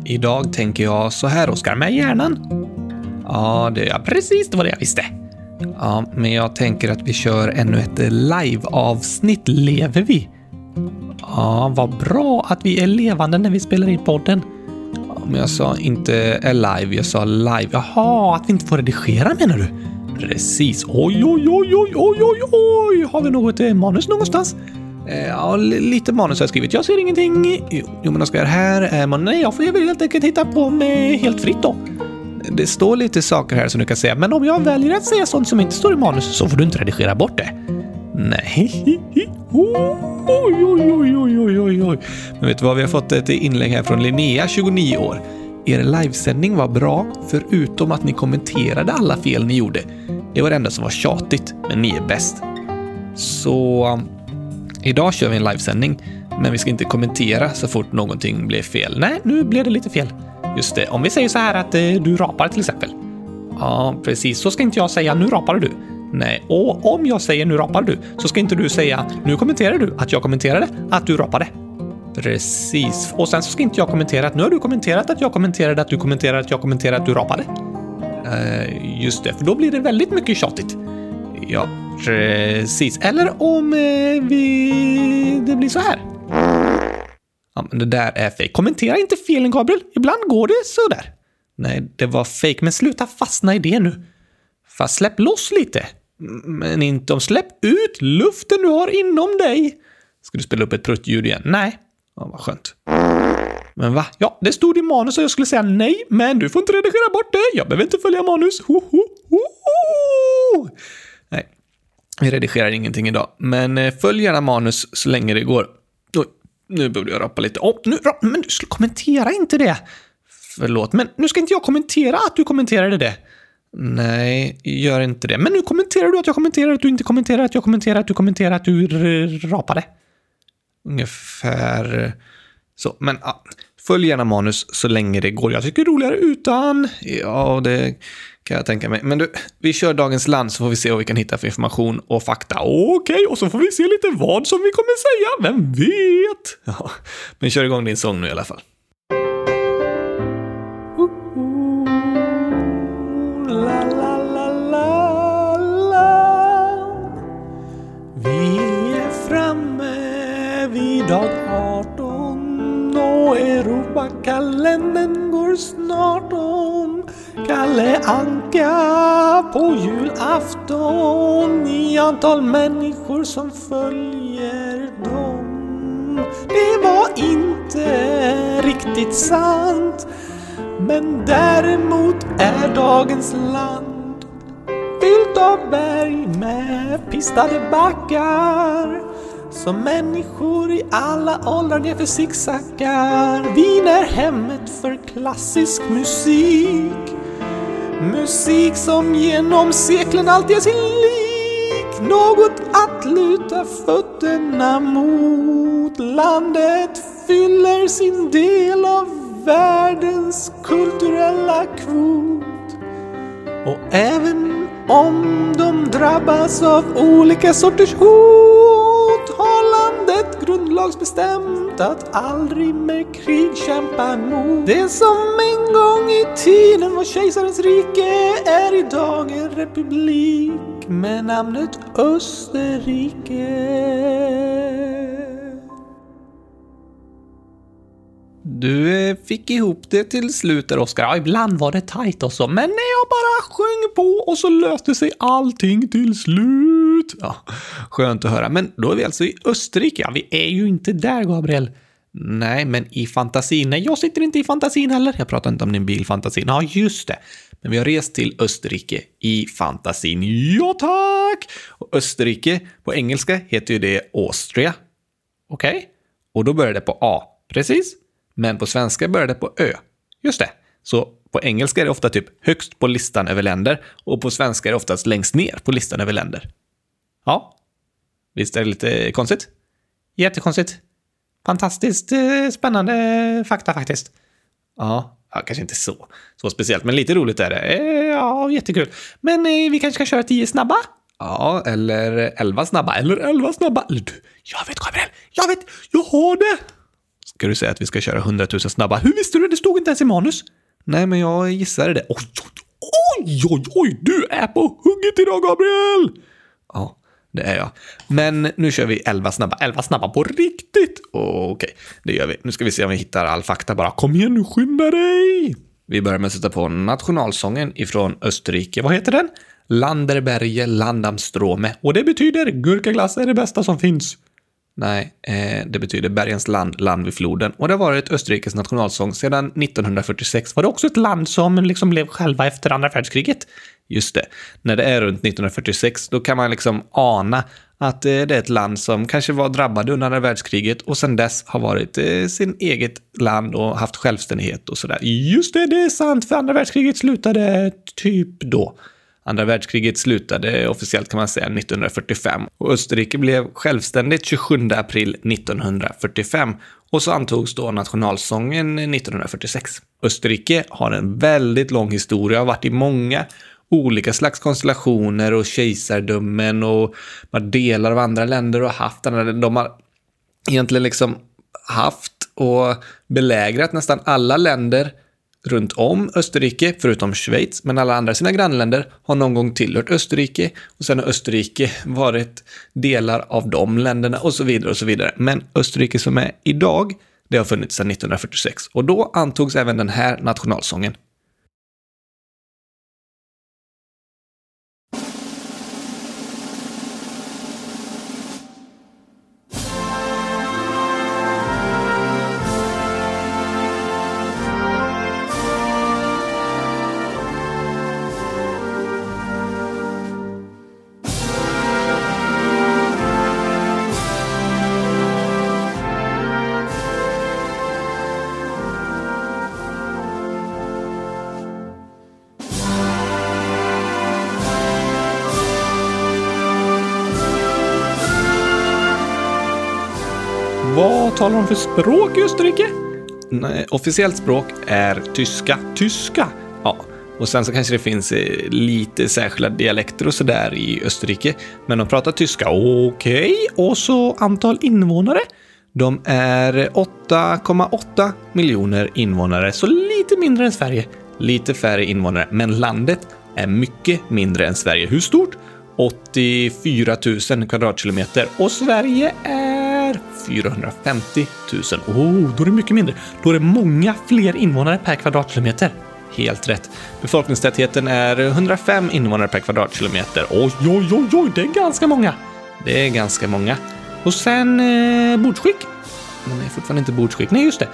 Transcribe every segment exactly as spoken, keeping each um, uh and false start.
Idag tänker jag så här, Oskar, med hjärnan. Ja, det är precis det var det jag visste. Ja, men jag tänker att vi kör ännu ett live-avsnitt. Lever vi? Ja, vad bra att vi är levande när vi spelar in podden. Ja, men jag sa inte är live, jag sa live. Jaha, att vi inte får redigera menar du? Precis. Oj, oj, oj, oj, oj, oj, oj. Har vi något eh, manus någonstans? Eh, ja, lite manus har jag skrivit. Jag ser ingenting. Jo, jo men jag ska göra här. Eh, men nej, jag får helt enkelt hitta på mig helt fritt då. Det står lite saker här som du kan säga. Men om jag väljer att säga sånt som inte står i manus så får du inte redigera bort det. Nej. Oj, oj, oj, oj, oj, oj, oj. Men vet du vad? Vi har fått ett inlägg här från Linnea, tjugonio år. Er livesändning var bra, förutom att ni kommenterade alla fel ni gjorde. Det var det enda som var tjatigt, men ni är bäst. Så um, idag kör vi en livesändning, men vi ska inte kommentera så fort någonting blir fel. Nej, nu blev det lite fel. Just det, om vi säger så här att eh, du rapar till exempel. Ja, precis. Så ska inte jag säga nu rapar du. Nej, och om jag säger nu rapar du så ska inte du säga nu kommenterar du att jag kommenterade att du rapade. Precis. Och sen så ska inte jag kommentera att nu har du kommenterat att jag kommenterade att du kommenterade att jag kommenterade att du rapade. Uh, just det, för då blir det väldigt mycket tjatigt. Ja, precis. Eller om eh, vi... det blir så här. Ja, men det där är fake. Kommentera inte felen, Gabriel. Ibland går det så där. Nej, det var fake, men sluta fastna i det nu. Fast släpp loss lite. Men inte om släpp ut luften du har inom dig. Ska du spela upp ett pruttljud igen? Nej. Ja, vad skönt. Men va? Ja, det stod i manus och jag skulle säga nej, men du får inte redigera bort det. Jag behöver inte följa manus. Ho, ho, ho, ho. Nej, vi redigerar ingenting idag. Men följ gärna manus så länge det går. Oj, nu behöver jag rappa lite. Oh, nu, men du skulle kommentera inte det. Förlåt, men nu ska inte jag kommentera att du kommenterade det. Nej, gör inte det. Men nu kommenterar du att jag kommenterar att du inte kommenterar att jag kommenterar att du kommenterar att du r- rapade. Ungefär så. Men ja, följ gärna manus så länge det går. Jag tycker det är roligare utan. Ja, det kan jag tänka mig. Men du, vi kör dagens land så får vi se vad vi kan hitta för information och fakta. Okej, okay, och så får vi se lite vad som vi kommer säga. Vem vet? Ja, men kör igång din sång nu i alla fall. Dag arton och Europakalendern går snart om. Kalle Anka på julafton i antal människor som följer dem. Det var inte riktigt sant, men däremot är dagens land fyllt av berg med pistade backar. Som människor i alla åldrar nerför zigzaggar. Wien är hemmet för klassisk musik. Musik som genom seklen alltid är sin lik. Något att luta fötterna mot. Landet fyller sin del av världens kulturella kvot. Och även om de drabbas av olika sorters hot har landet grundlagsbestämt att aldrig med krig kämpa emot. Det som en gång i tiden var kejsarens rike är idag en republik med namnet Österrike. Du fick ihop det till slut där, Oskar. Ja, ibland var det tajt och så. Men när jag bara sjöng på och så löste sig allting till slut. Ja, skönt att höra. Men då är vi alltså i Österrike. Ja, vi är ju inte där, Gabriel. Nej, men i fantasin. Nej, jag sitter inte i fantasin heller. Jag pratar inte om din bilfantasin. Ja, just det. Men vi har rest till Österrike i fantasin. Ja, tack! Och Österrike på engelska heter ju det Austria. Okej? Okay? Och då börjar det på A. Precis? Men på svenska börjar det på Ö. Just det. Så på engelska är det ofta typ högst på listan över länder. Och på svenska är det oftast längst ner på listan över länder. Ja. Visst är det lite konstigt? Jättekonstigt. Fantastiskt eh, spännande fakta faktiskt. Ja, ja, kanske inte så, så speciellt. Men lite roligt är det. Eh, ja, jättekul. Men eh, vi kanske ska köra tio snabba? Ja, eller elva snabba. Eller elva snabba. Eller du, jag vet, Gabriel. Jag vet, jag har det. Ska du säga att vi ska köra hundratusen snabba? Hur visste du det? Det stod inte ens i manus. Nej, men jag gissade det. Oj, oj, oj, oj, du är på hugget idag, Gabriel! Ja, det är jag. Men nu kör vi elva snabba. elva snabba på riktigt. Okej, det gör vi. Nu ska vi se om vi hittar all fakta bara. Kom igen nu, skynda dig! Vi börjar med att sätta på nationalsången ifrån Österrike. Vad heter den? Landerberge Landamstrome. Och det betyder gurkaglass är det bästa som finns. Nej, eh, det betyder bergens land, land vid floden. Och det har varit Österrikes nationalsång sedan nittonhundrafyrtiosex. Var det också ett land som liksom blev själva efter andra världskriget? Just det. När det är runt nittonhundrafyrtiosex då kan man liksom ana att det är ett land som kanske var drabbade under andra världskriget och sedan dess har varit eh, sin eget land och haft självständighet och sådär. Just det, det är sant, för andra världskriget slutade typ då. Andra världskriget slutade officiellt kan man säga nittonhundrafyrtiofem och Österrike blev självständigt tjugosjunde april nittonhundrafyrtiofem och så antogs då nationalsången nittonhundrafyrtiosex. Österrike har en väldigt lång historia och har varit i många olika slags konstellationer och kejsardömen och delar av andra länder och haft. De har egentligen liksom haft och belägrat nästan alla länder runt om Österrike, förutom Schweiz, men alla andra sina grannländer har någon gång tillhört Österrike och sen har Österrike varit delar av de länderna och så vidare och så vidare. Men Österrike som är idag, det har funnits sedan nittonhundrafyrtiosex och då antogs även den här nationalsången. Vad talar de för språk i Österrike? Nej, officiellt språk är tyska. Tyska? Ja. Och sen så kanske det finns lite särskilda dialekter och sådär i Österrike. Men de pratar tyska. Okej. Och så antal invånare? De är åtta komma åtta miljoner invånare. Så lite mindre än Sverige. Lite färre invånare. Men landet är mycket mindre än Sverige. Hur stort? åttiofyra tusen kvadratkilometer. Och Sverige är fyrahundrafemtio tusen. Oh, då är det mycket mindre. Då är det många fler invånare per kvadratkilometer. Helt rätt. Befolkningstätheten är hundrafem invånare per kvadratkilometer. Oj, oj, oj, oj, det är ganska många. Det är ganska många. Och sen eh, bordsskick. Men det är fortfarande inte bordsskick. Nej, just det.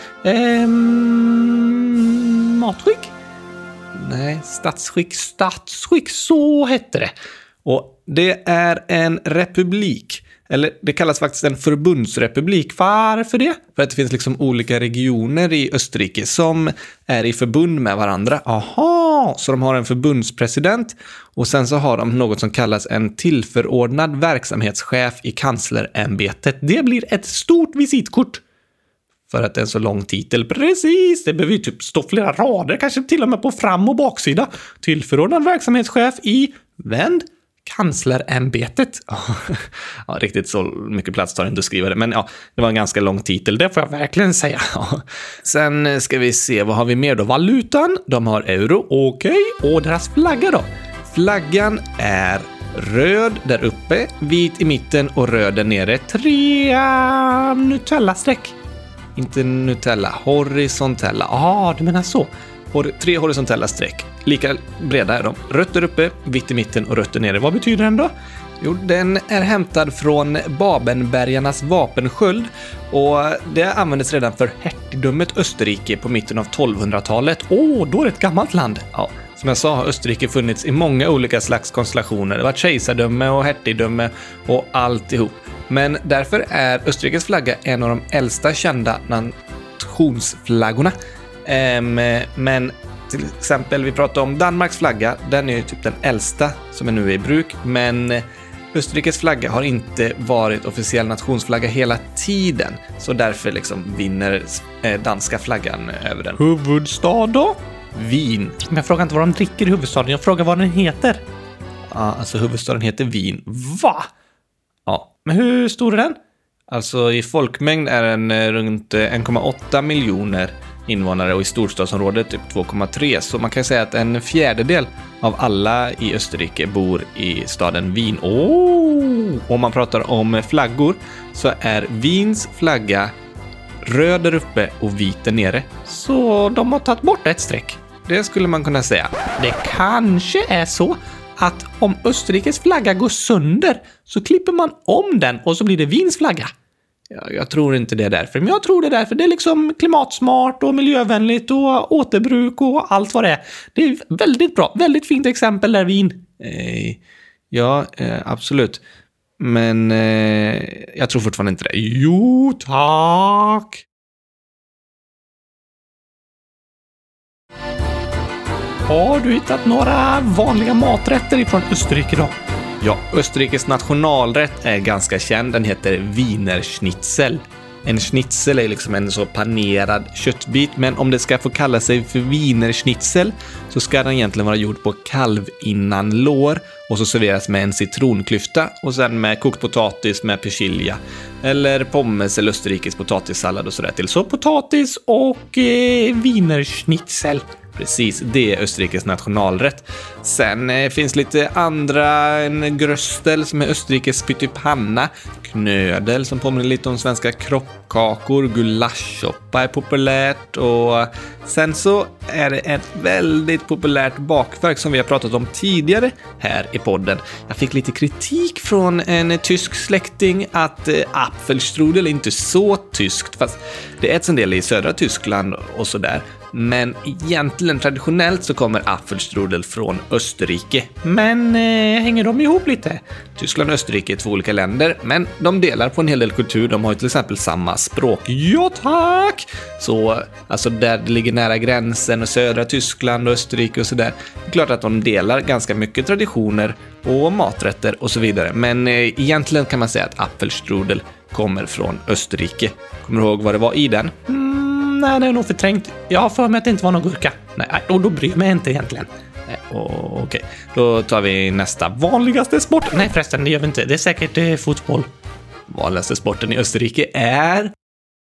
Ehm, matskick? Nej, statsskick. Statsskick, så hette det. Och det är en republik. Eller det kallas faktiskt en förbundsrepublik. Varför det? För att det finns liksom olika regioner i Österrike som är i förbund med varandra. Aha, så de har en förbundspresident och sen så har de något som kallas en tillförordnad verksamhetschef i kanslerämbetet. Det blir ett stort visitkort. För att det är en så lång titel. Precis, det behöver ju typ stå flera rader, kanske till och med på fram- och baksida. Tillförordnad verksamhetschef i vänd kanslerämbetet. Ja, riktigt så mycket plats tar det inte att skriva det. Men ja, det var en ganska lång titel. Det får jag verkligen säga. Ja. Sen ska vi se, vad har vi mer då? Valutan, de har euro, okej. Okay. Och deras flagga då? Flaggan är röd där uppe, vit i mitten och röd där nere. Tre Nutella-streck. Inte Nutella, horisontella. Ja, ah, du menar så. Tre horisontella streck. Lika breda är de. Rött där uppe, vitt i mitten och rött där nere. Vad betyder den då? Jo, den är hämtad från Babenbergarnas vapensköld och det användes redan för hertigdömet Österrike på mitten av tolvhundratalet. Åh, oh, då är det ett gammalt land. Ja, som jag sa har Österrike funnits i många olika slags konstellationer. Det var kejsardöme och hertigdöme och alltihop. Men därför är Österrikes flagga en av de äldsta kända nationsflaggorna. Um, men till exempel, vi pratar om Danmarks flagga. Den är ju typ den äldsta som är nu i bruk. Men Österrikes flagga har inte varit officiell nationsflagga hela tiden. Så därför liksom vinner eh, danska flaggan över den. Huvudstad då? Wien. Men jag frågar inte vad de dricker i huvudstaden. Jag frågar vad den heter. Ja, alltså huvudstaden heter Wien. Va? Ja, men hur stor är den? Alltså i folkmängd är den eh, runt eh, en komma åtta miljoner invånare och i storstadsområdet typ två komma tre. Så man kan säga att en fjärdedel av alla i Österrike bor i staden Wien. Oh! Om man pratar om flaggor så är Wiens flagga röd där uppe och vit där nere. Så de har tagit bort ett streck. Det skulle man kunna säga. Det kanske är så att om Österrikes flagga går sönder så klipper man om den och så blir det Wiens flagga. Ja, jag tror inte det är därför, men jag tror det är därför. Det är liksom klimatsmart och miljövänligt och återbruk och allt vad det är. Det är väldigt bra, väldigt fint exempel där Wien. Eh, ja, eh, absolut. Men eh, jag tror fortfarande inte det. Jo, tack! Har du hittat några vanliga maträtter ifrån Österrike då? Ja, Österrikes nationalrätt är ganska känd. Den heter Wienerschnitzel. En schnitzel är liksom en så panerad köttbit, men om det ska få kalla sig för Wienerschnitzel så ska den egentligen vara gjord på kalvinnanlår och så serveras med en citronklyfta och sen med kokt potatis med persilja eller pommes eller Österrikes potatissallad och sådär till. Så potatis och eh, Wienerschnitzel. Precis, det är Österrikes nationalrätt. Sen eh, finns lite andra, en gröstel som är Österrikes pyttipanna, knödel som påminner lite om svenska kroppkakor, gulaschsoppa är populärt och sen så är det ett väldigt populärt bakverk som vi har pratat om tidigare här i podden. Jag fick lite kritik från en tysk släkting att eh, apfelstrudel är inte så tyskt, fast det äts en del i södra Tyskland och sådär. Men egentligen traditionellt så kommer apfelstrudel från Österrike. Men eh, hänger de ihop lite? Tyskland och Österrike är två olika länder, men de delar på en hel del kultur. De har ju till exempel samma språk. Ja tack! Så alltså där det ligger nära gränsen och södra Tyskland och Österrike och sådär. Det är klart att de delar ganska mycket traditioner och maträtter och så vidare. Men eh, egentligen kan man säga att apfelstrudel kommer från Österrike. Kommer du ihåg vad det var i den? Mm. Nej, det är nog förträngt. Jag har för mig att det inte var någon gurka. Nej, och då bryr jag mig inte egentligen. Nej, okej. Okay. Då tar vi nästa vanligaste sport. Nej, förresten, det gör vi inte. Det är säkert eh, fotboll. Vanligaste sporten i Österrike är...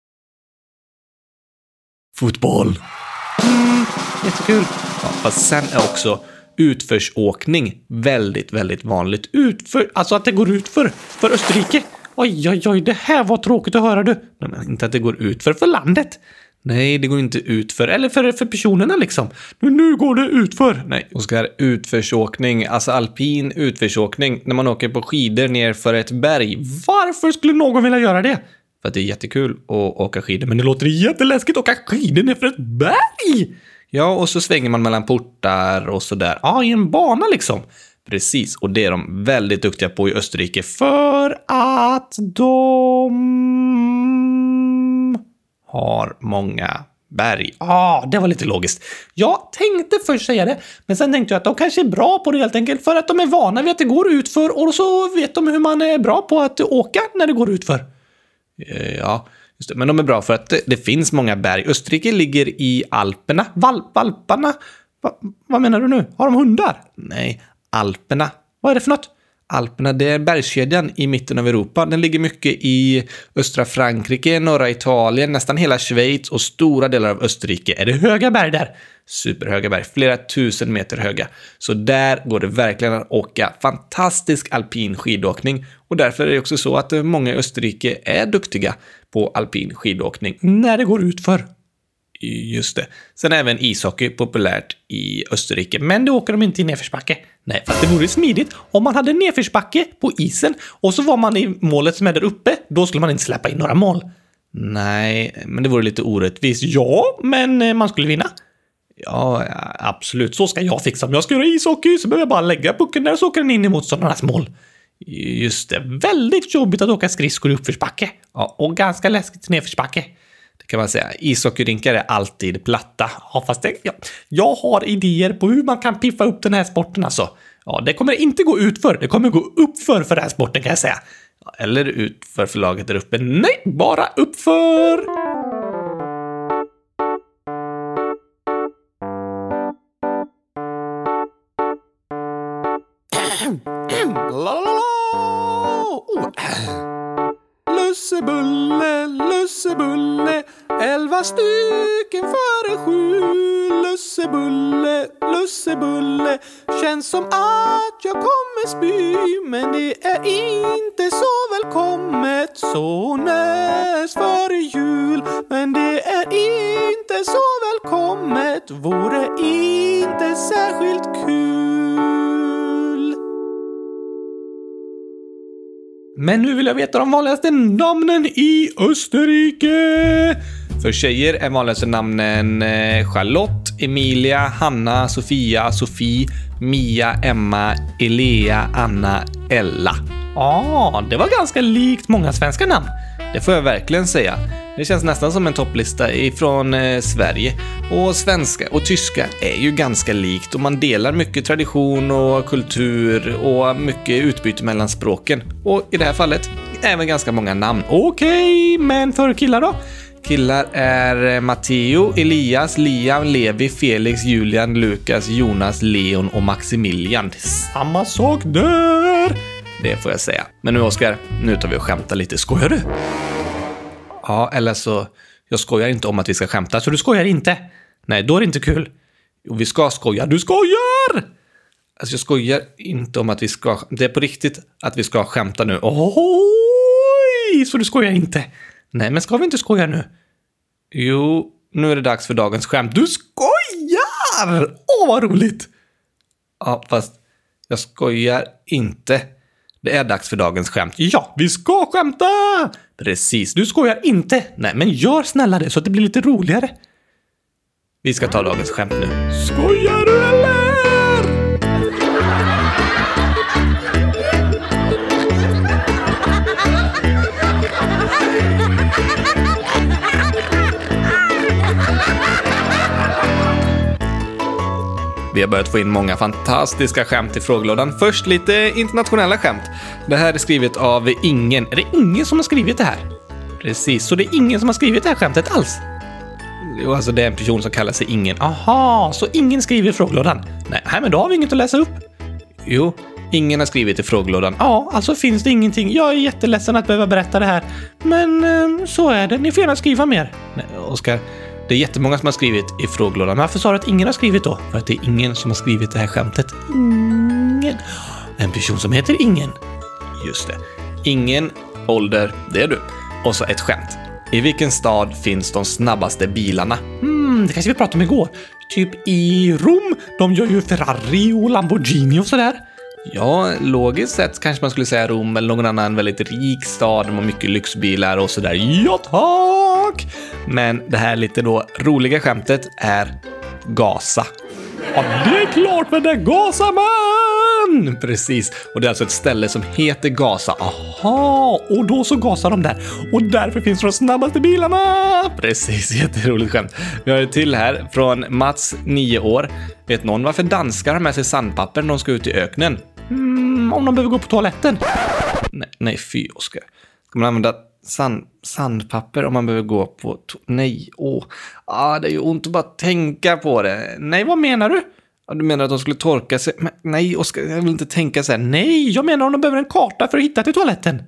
fotboll. Mm, jättekul. Ja, fast sen är också utförsåkning väldigt, väldigt vanligt. Utför... Alltså att det går ut för, för Österrike. Oj, oj, oj, det här var tråkigt att höra du. Nej, men inte att det går ut för, för landet. Nej, det går inte ut för, eller för, för personerna liksom. Nu, nu går det ut för. Nej, Oskar, utförsåkning, alltså alpin utförsåkning, när man åker på skidor ner för ett berg. Varför skulle någon vilja göra det? För att det är jättekul att åka skidor, men det låter jätteläskigt att åka skidor ner för ett berg. Ja, och så svänger man mellan portar och sådär. Ja, i en bana liksom. Precis, och det är de väldigt duktiga på i Österrike för att de har många berg. Ja, ah, det var lite logiskt. Jag tänkte först säga det, men sen tänkte jag att de kanske är bra på det helt enkelt för att de är vana vid att det går ut för och så vet de hur man är bra på att åka när det går ut för. Ja, just det. Men de är bra för att det, det finns många berg. Österrike ligger i Alperna. Val, valparna? Va, vad menar du nu? Har de hundar? Nej, Alperna. Vad är det för något? Alperna, det är bergskedjan i mitten av Europa. Den ligger mycket i östra Frankrike, norra Italien, nästan hela Schweiz och stora delar av Österrike. Är det höga berg där? Superhöga berg, flera tusen meter höga. Så där går det verkligen att åka fantastisk alpin skidåkning. Och därför är det också så att många i Österrike är duktiga på alpin skidåkning när det går ut för. Just det. Sen är även ishockey populärt i Österrike, men det åker de inte i nedförsbacke. Nej, fast det vore smidigt om man hade nedförsbacke på isen och så var man i målet som är där uppe, då skulle man inte släppa in några mål. Nej, men det vore lite orättvist. Ja, men man skulle vinna. Ja, absolut. Så ska jag fixa. Om jag ska göra ishockey så behöver jag bara lägga pucken där och så åker den in i motståndarnas mål. Just det. Väldigt jobbigt att åka skridskor i uppförsbacke. Ja, och ganska läskigt nedförsbacke. Det kan man säga. Ishockeyrinkar är alltid platta. Ja, fast det, ja, jag har idéer på hur man kan piffa upp den här sporten alltså. Ja, det kommer inte gå ut för. Det kommer gå upp för för den här sporten kan jag säga. Eller ut för förlaget där uppe. Nej, bara upp för. Lussebulle, lussebulle, elva stycken före sju. Lussebulle, lussebulle, känns som att jag kommer spy. Men det är inte så välkommet så näst före jul. Men det är inte så välkommet, vore inte särskilt kul. Men nu vill jag veta de vanligaste namnen i Österrike. För tjejer är vanligaste namnen Charlotte, Emilia, Hanna, Sofia, Sofie, Mia, Emma, Elea, Anna, Ella. Ja, ah, det var ganska likt många svenska namn. Det får jag verkligen säga. Det känns nästan som en topplista ifrån eh, Sverige. Och svenska och tyska är ju ganska likt och man delar mycket tradition och kultur och mycket utbyte mellan språken. Och i det här fallet även ganska många namn. Okej, okay, men för killar då? Killar är Matteo, Elias, Liam, Levi, Felix, Julian, Lukas, Jonas, Leon och Maximilian. Samma sak där! Det får jag säga. Men nu Oskar, nu tar vi och skämtar lite. Skojar du? Ja, eller så... Jag skojar inte om att vi ska skämta, så du skojar inte. Nej, då är det inte kul. Jo, vi ska skoja. Du skojar! Alltså, jag skojar inte om att vi ska... Det är på riktigt att vi ska skämta nu. Oj! Så du skojar inte. Nej, men ska vi inte skoja nu? Jo, nu är det dags för dagens skämt. Du skojar! Åh, vad roligt! Ja, fast jag skojar inte. Det är dags för dagens skämt. Ja, vi ska skämta! Precis, du skojar inte. Nej, men gör snälla det så att det blir lite roligare. Vi ska ta dagens skämt nu. Skojar du eller? Vi har börjat få in många fantastiska skämt i frågelådan. Först lite internationella skämt. Det här är skrivet av ingen. Är det ingen som har skrivit det här? Precis, så det är ingen som har skrivit det här skämtet alls? Jo, alltså det är en person som kallar sig ingen. Aha, så ingen skriver i frågelådan? Nej, men då har vi inget att läsa upp. Jo, ingen har skrivit i frågelådan. Ja, alltså finns det ingenting. Jag är jätteledsen att behöva berätta det här. Men eh, så är det. Ni får gärna skriva mer. Nej, Oskar. Det är jättemånga som har skrivit i frågelådan. Varför sa du att ingen har skrivit då? För att det är ingen som har skrivit det här skämtet. Ingen. En person som heter ingen. Just det. Ingen, ålder, det är du. Och så ett skämt. I vilken stad finns de snabbaste bilarna? Hmm, det kanske vi pratade om igår. Typ i Rom. De gör ju Ferrari och Lamborghini och sådär. Ja, logiskt sett kanske man skulle säga Rom eller någon annan väldigt rik stad med mycket lyxbilar och sådär. Ja, tack! Men det här lite då roliga skämtet är Gaza. Ja, det är klart med det, Gaza man! Precis, och det är alltså ett ställe som heter Gaza. Aha, och då så gasar de där. Och därför finns de snabbaste bilarna. Precis, jätteroligt skämt. Vi har ett till här från Mats, nio år. Vet någon varför danskar har med sig sandpapper när de ska ut i öknen? Mm, om de behöver gå på toaletten. Nej, nej fy Oskar. Ska man använda sand, sandpapper om man behöver gå på... To- nej, åh. Ah, det är ju ont att bara tänka på det. Nej, vad menar du? Ja, du menar att de skulle torka sig? Men, nej, Oskar, jag vill inte tänka så här. Nej, jag menar om de behöver en karta för att hitta till toaletten.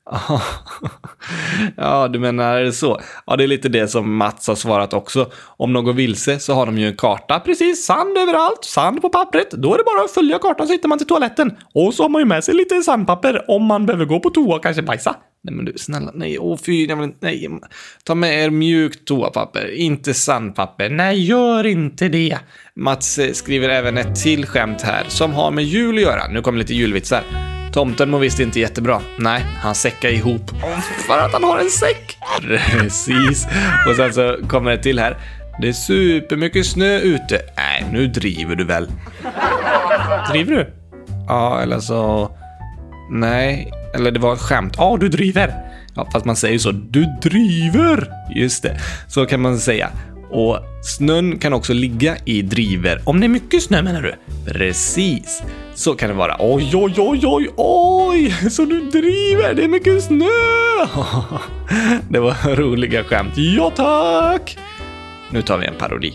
Ja, du menar så. Ja, det är lite det som Mats har svarat också. Om någon går vilse så har de ju en karta. Precis, sand överallt, sand på pappret. Då är det bara att följa kartan så hittar man till toaletten. Och så har man ju med sig lite sandpapper om man behöver gå på toa och kanske bajsa. Nej men du, snälla, nej, åh fy, jag vill, nej. Ta med er mjukt toapapper, inte sandpapper. Nej, gör inte det. Mats skriver även ett till skämt här som har med jul att göra. Nu kommer lite julvitsar. Tomten mår visst inte jättebra. Nej, han säckar ihop. För att han har en säck. Precis. Och sen så kommer det till här. Det är supermycket snö ute. Nej, nu driver du väl. Driver du? Ja, eller så... Nej, eller det var ett skämt. Ja, du driver. Ja, fast man säger så. Du driver. Just det. Så kan man säga. Och snön kan också ligga i driver. Om det är mycket snö menar du? Precis. Så kan det vara. Oj, oj, oj, oj, oj. Så du driver, det är mycket snö. Det var roliga skämt. Ja, tack. Nu tar vi en parodi.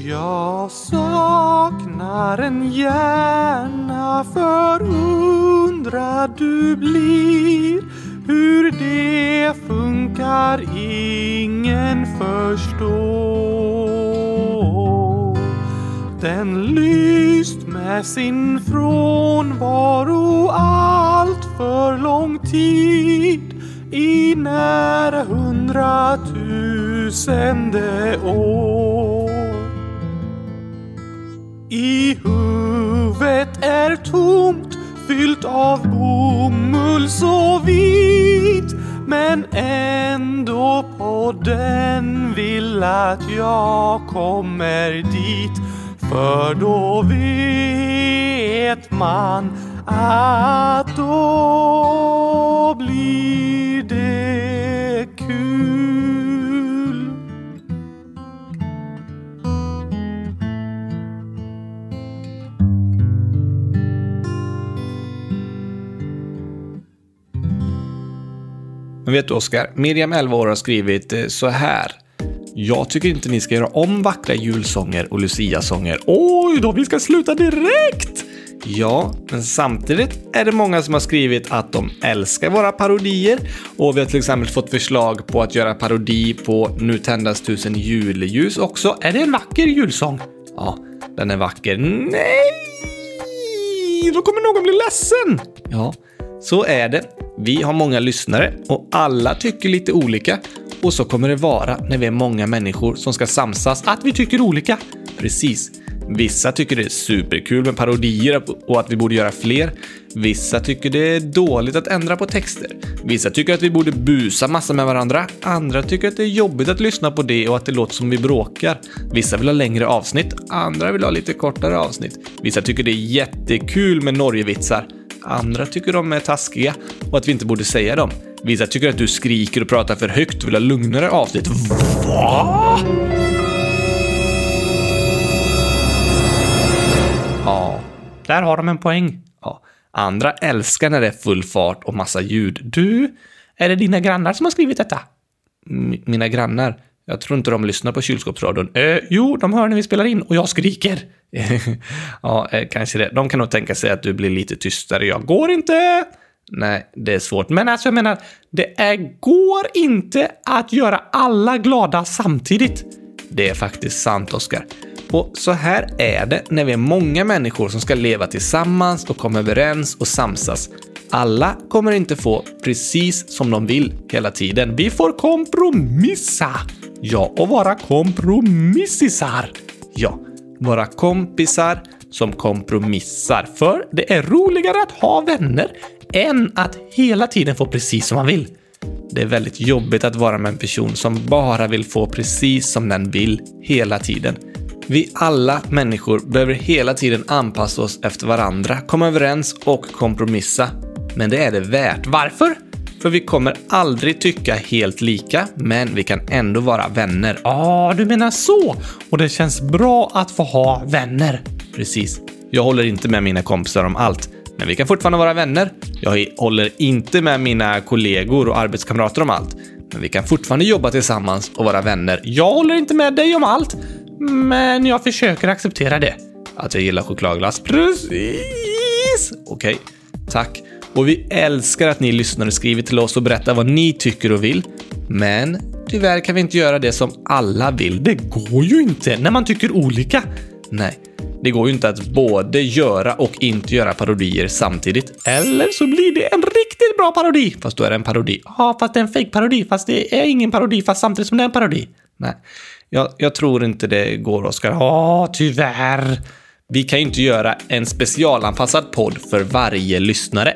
Jag saknar en hjärna, förundrad du blir. Hur det funkar ingen förstår. Den lyst med sin frånvaro allt för lång tid, i nära hundratusende år. I huvudet är tomt, fyllt av bomull så vit, men ändå på den vill att jag kommer dit. För då vet man att då blir det kul. Men vet du, Oskar, Miriam elva år har skrivit så här: jag tycker inte ni ska göra om vackra julsånger och Lucia-sånger. Oj då, vi ska sluta direkt! Ja, men samtidigt är det många som har skrivit att de älskar våra parodier. Och vi har till exempel fått förslag på att göra parodi på Nu tändas tusen juleljus också. Är det en vacker julsång? Ja, den är vacker. Nej! Då kommer någon bli ledsen! Ja, så är det. Vi har många lyssnare och alla tycker lite olika. Och så kommer det vara när vi är många människor som ska samsas att vi tycker olika. Precis. Vissa tycker det är superkul med parodier och att vi borde göra fler. Vissa tycker det är dåligt att ändra på texter. Vissa tycker att vi borde busa massa med varandra. Andra tycker att det är jobbigt att lyssna på det och att det låter som vi bråkar. Vissa vill ha längre avsnitt. Andra vill ha lite kortare avsnitt. Vissa tycker det är jättekul med Norgevitsar. Andra tycker de är taskiga och att vi inte borde säga dem. Vissa tycker att du skriker och pratar för högt och vill ha lugnare avsnitt. Va? Ja, där har de en poäng. Ja. Andra älskar när det är full fart och massa ljud. Du, är det dina grannar som har skrivit detta? M- mina grannar? Jag tror inte de lyssnar på kylskåpsradion. Eh, jo, de hör när vi spelar in och jag skriker. Ja, eh, kanske det. De kan nog tänka sig att du blir lite tystare. Jag går inte. Nej, det är svårt. Men alltså jag menar, det är, går inte att göra alla glada samtidigt. Det är faktiskt sant, Oskar. Och så här är det när vi är många människor som ska leva tillsammans och komma överens och samsas. Alla kommer inte få precis som de vill hela tiden. Vi får kompromissa. Ja, och vara kompromissisar. Ja, vara kompisar som kompromissar. För det är roligare att ha vänner än att hela tiden få precis som man vill. Det är väldigt jobbigt att vara med en person som bara vill få precis som den vill hela tiden. Vi alla människor behöver hela tiden anpassa oss efter varandra, komma överens och kompromissa. Men det är det värt. Varför? För vi kommer aldrig tycka helt lika, men vi kan ändå vara vänner. Ja, ah, du menar så. Och det känns bra att få ha vänner. Precis. Jag håller inte med mina kompisar om allt, men vi kan fortfarande vara vänner. Jag håller inte med mina kollegor och arbetskamrater om allt, men vi kan fortfarande jobba tillsammans och vara vänner. Jag håller inte med dig om allt, men jag försöker acceptera det. Att jag gillar chokladglass. Precis. Okej, okay. Tack. Och vi älskar att ni lyssnare skriver till oss och berättar vad ni tycker och vill. Men tyvärr kan vi inte göra det som alla vill. Det går ju inte när man tycker olika. Nej, det går ju inte att både göra och inte göra parodier samtidigt. Eller så blir det en riktigt bra parodi. Fast då är det en parodi. Ja, fast det är en fake parodi. Fast det är ingen parodi fast samtidigt som det är en parodi. Nej, jag, jag tror inte det går, Oskar. Ja, tyvärr. Vi kan ju inte göra en specialanpassad podd för varje lyssnare,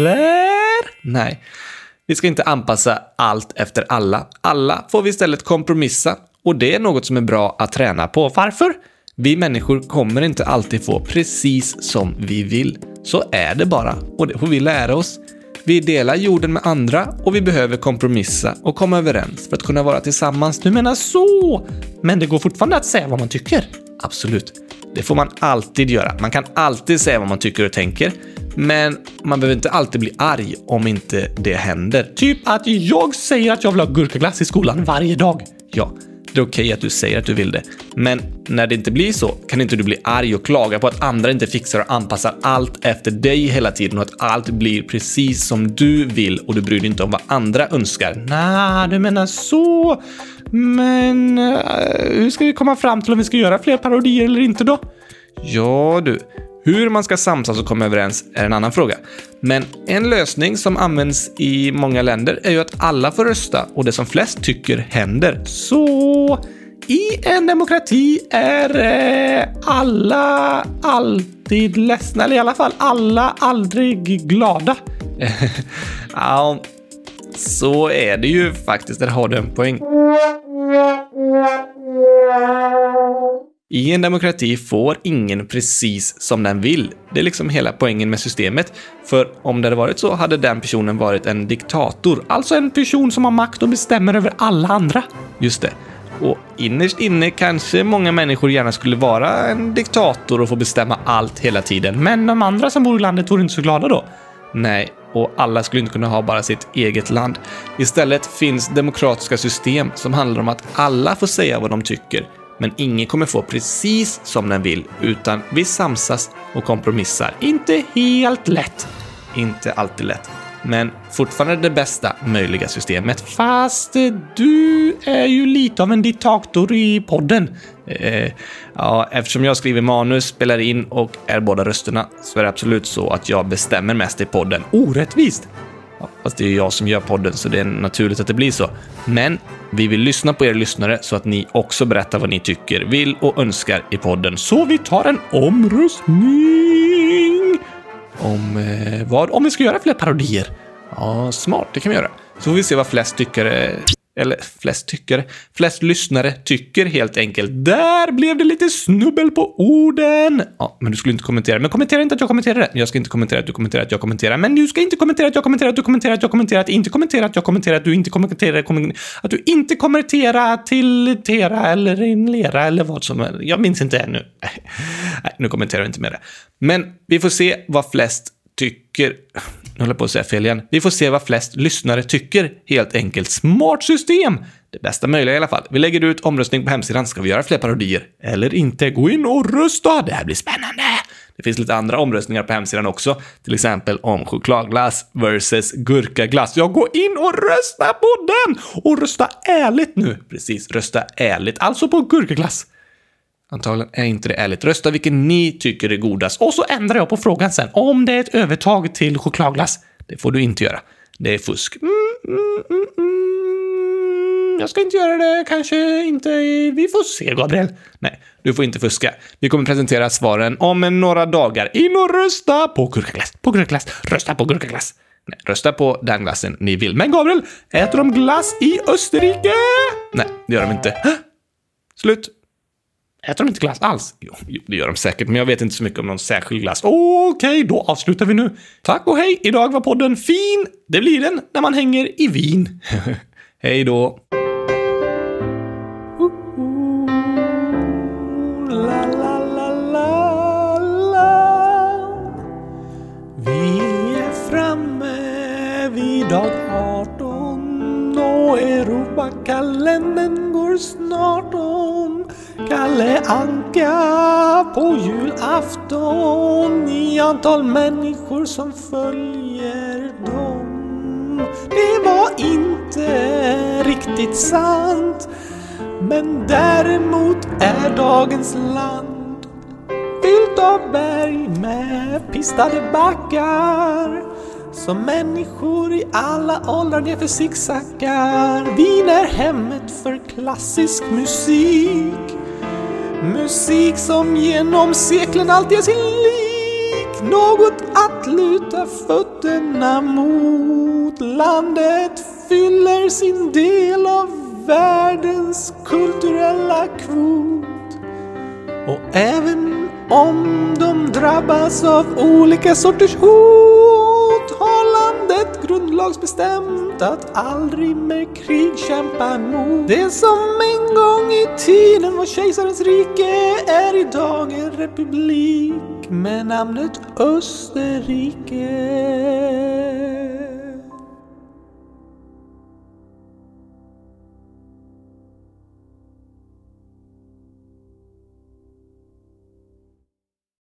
eller? Nej, vi ska inte anpassa allt efter alla. Alla får vi istället kompromissa, och det är något som är bra att träna på. Varför? Vi människor kommer inte alltid få precis som vi vill. Så är det bara, och det får vi lära oss. Vi delar jorden med andra och vi behöver kompromissa och komma överens för att kunna vara tillsammans. Du menar så? Men det går fortfarande att säga vad man tycker. Absolut. Det får man alltid göra. Man kan alltid säga vad man tycker och tänker. Men man behöver inte alltid bli arg om inte det händer. Typ att jag säger att jag vill ha gurkaglass i skolan varje dag. Ja, det okej okay att du säger att du vill det. Men när det inte blir så kan inte du bli arg och klaga på att andra inte fixar och anpassar allt efter dig hela tiden och att allt blir precis som du vill och du bryr dig inte om vad andra önskar. Nej, du menar så. Men uh, hur ska vi komma fram till om vi ska göra fler parodier eller inte då? Ja du, hur man ska samsas och komma överens är en annan fråga. Men en lösning som används i många länder är ju att alla får rösta och det som flest tycker händer. Så i en demokrati är eh, alla alltid ledsna, eller i alla fall alla aldrig glada. Ja, så är det ju faktiskt, där har du en poäng. I en demokrati får ingen precis som den vill. Det är liksom hela poängen med systemet. För om det hade varit så hade den personen varit en diktator. Alltså en person som har makt och bestämmer över alla andra. Just det. Och innerst inne kanske många människor gärna skulle vara en diktator och få bestämma allt hela tiden. Men de andra som bor i landet vore inte så glada då. Nej, och alla skulle inte kunna ha bara sitt eget land. Istället finns demokratiska system som handlar om att alla får säga vad de tycker. Men ingen kommer få precis som den vill, utan vi samsas och kompromissar. Inte helt lätt. Inte alltid lätt. Men fortfarande det bästa möjliga systemet. Fast du är ju lite av en diktator i podden. Eh, ja, eftersom jag skriver manus, spelar in och är båda rösterna så är det absolut så att jag bestämmer mest i podden. Orättvist! Ja, fast det är jag som gör podden så det är naturligt att det blir så. Men vi vill lyssna på er lyssnare så att ni också berättar vad ni tycker, vill och önskar i podden. Så vi tar en omröstning. Om eh, vad? Om vi ska göra fler parodier. Ja, smart, det kan vi göra. Så får vi se vad flest tyckare, eller flest tyckare, flest lyssnare tycker helt enkelt. Där blev det lite snubbel på orden. Ja, men du skulle inte kommentera. Men kommentera inte att jag kommenterar det. Jag ska inte kommentera att du kommenterar att jag kommenterar. Men du ska inte kommentera att jag kommenterar att du kommenterar att jag kommenterar att inte kommentera att jag kommenterar att du inte kommenterar att du inte kommenterar till tera eller inlera eller vad som är. Jag minns inte ännu. Nej, nu kommenterar jag inte med det. Men vi får se vad flest tycker. Nu håller jag på att säga fel igen. Vi får se vad flest lyssnare tycker. Helt enkelt. Smart system. Det bästa möjliga i alla fall. Vi lägger ut omröstning på hemsidan. Ska vi göra fler parodier? Eller inte? Gå in och rösta. Det här blir spännande. Det finns lite andra omröstningar på hemsidan också. Till exempel om chokladglass versus gurkaglass. Jag går in och rösta på den. Och rösta ärligt nu. Precis, rösta ärligt. Alltså på gurkaglass. Antagligen är inte det ärligt. Rösta vilken ni tycker är godast. Och så ändrar jag på frågan sen. Om det är ett övertag till chokladglass. Det får du inte göra. Det är fusk. Mm, mm, mm, mm. Jag ska inte göra det. Kanske inte. Vi får se, Gabriel. Nej, du får inte fuska. Vi kommer presentera svaren om några dagar. In och rösta på gurkaglass. På gurkaglass. Rösta på gurkaglass. Nej, rösta på den glassen ni vill. Men Gabriel, äter de glass i Österrike? Nej, det gör de inte. Slut. Äter de inte glass alls? Jo, jo, det gör de säkert, men jag vet inte så mycket om någon särskild glass. Okej, okay, då avslutar vi nu. Tack och hej, idag var podden fin. Det blir den när man hänger i Wien. Hej då. La, la, la, la, la. Vi är framme vid dag arton och Europakalendern går snart om. Kalle Anka på julafton, i antal människor som följer dem. Det var inte riktigt sant, men däremot är dagens land fyllt av berg med pistade backar, som människor i alla åldrar nerför zigzaggar. Wien är hemmet för klassisk musik, musik som genom seklen alltid är sin lik. Något att luta fötterna mot. Landet fyller sin del av världens kulturella kvot. Och även om de drabbas av olika sorters hot, har landet grundlagsbestämt att aldrig med krig kämpa emot. Det som en gång i tiden var kejsarens rike är idag en republik med namnet Österrike.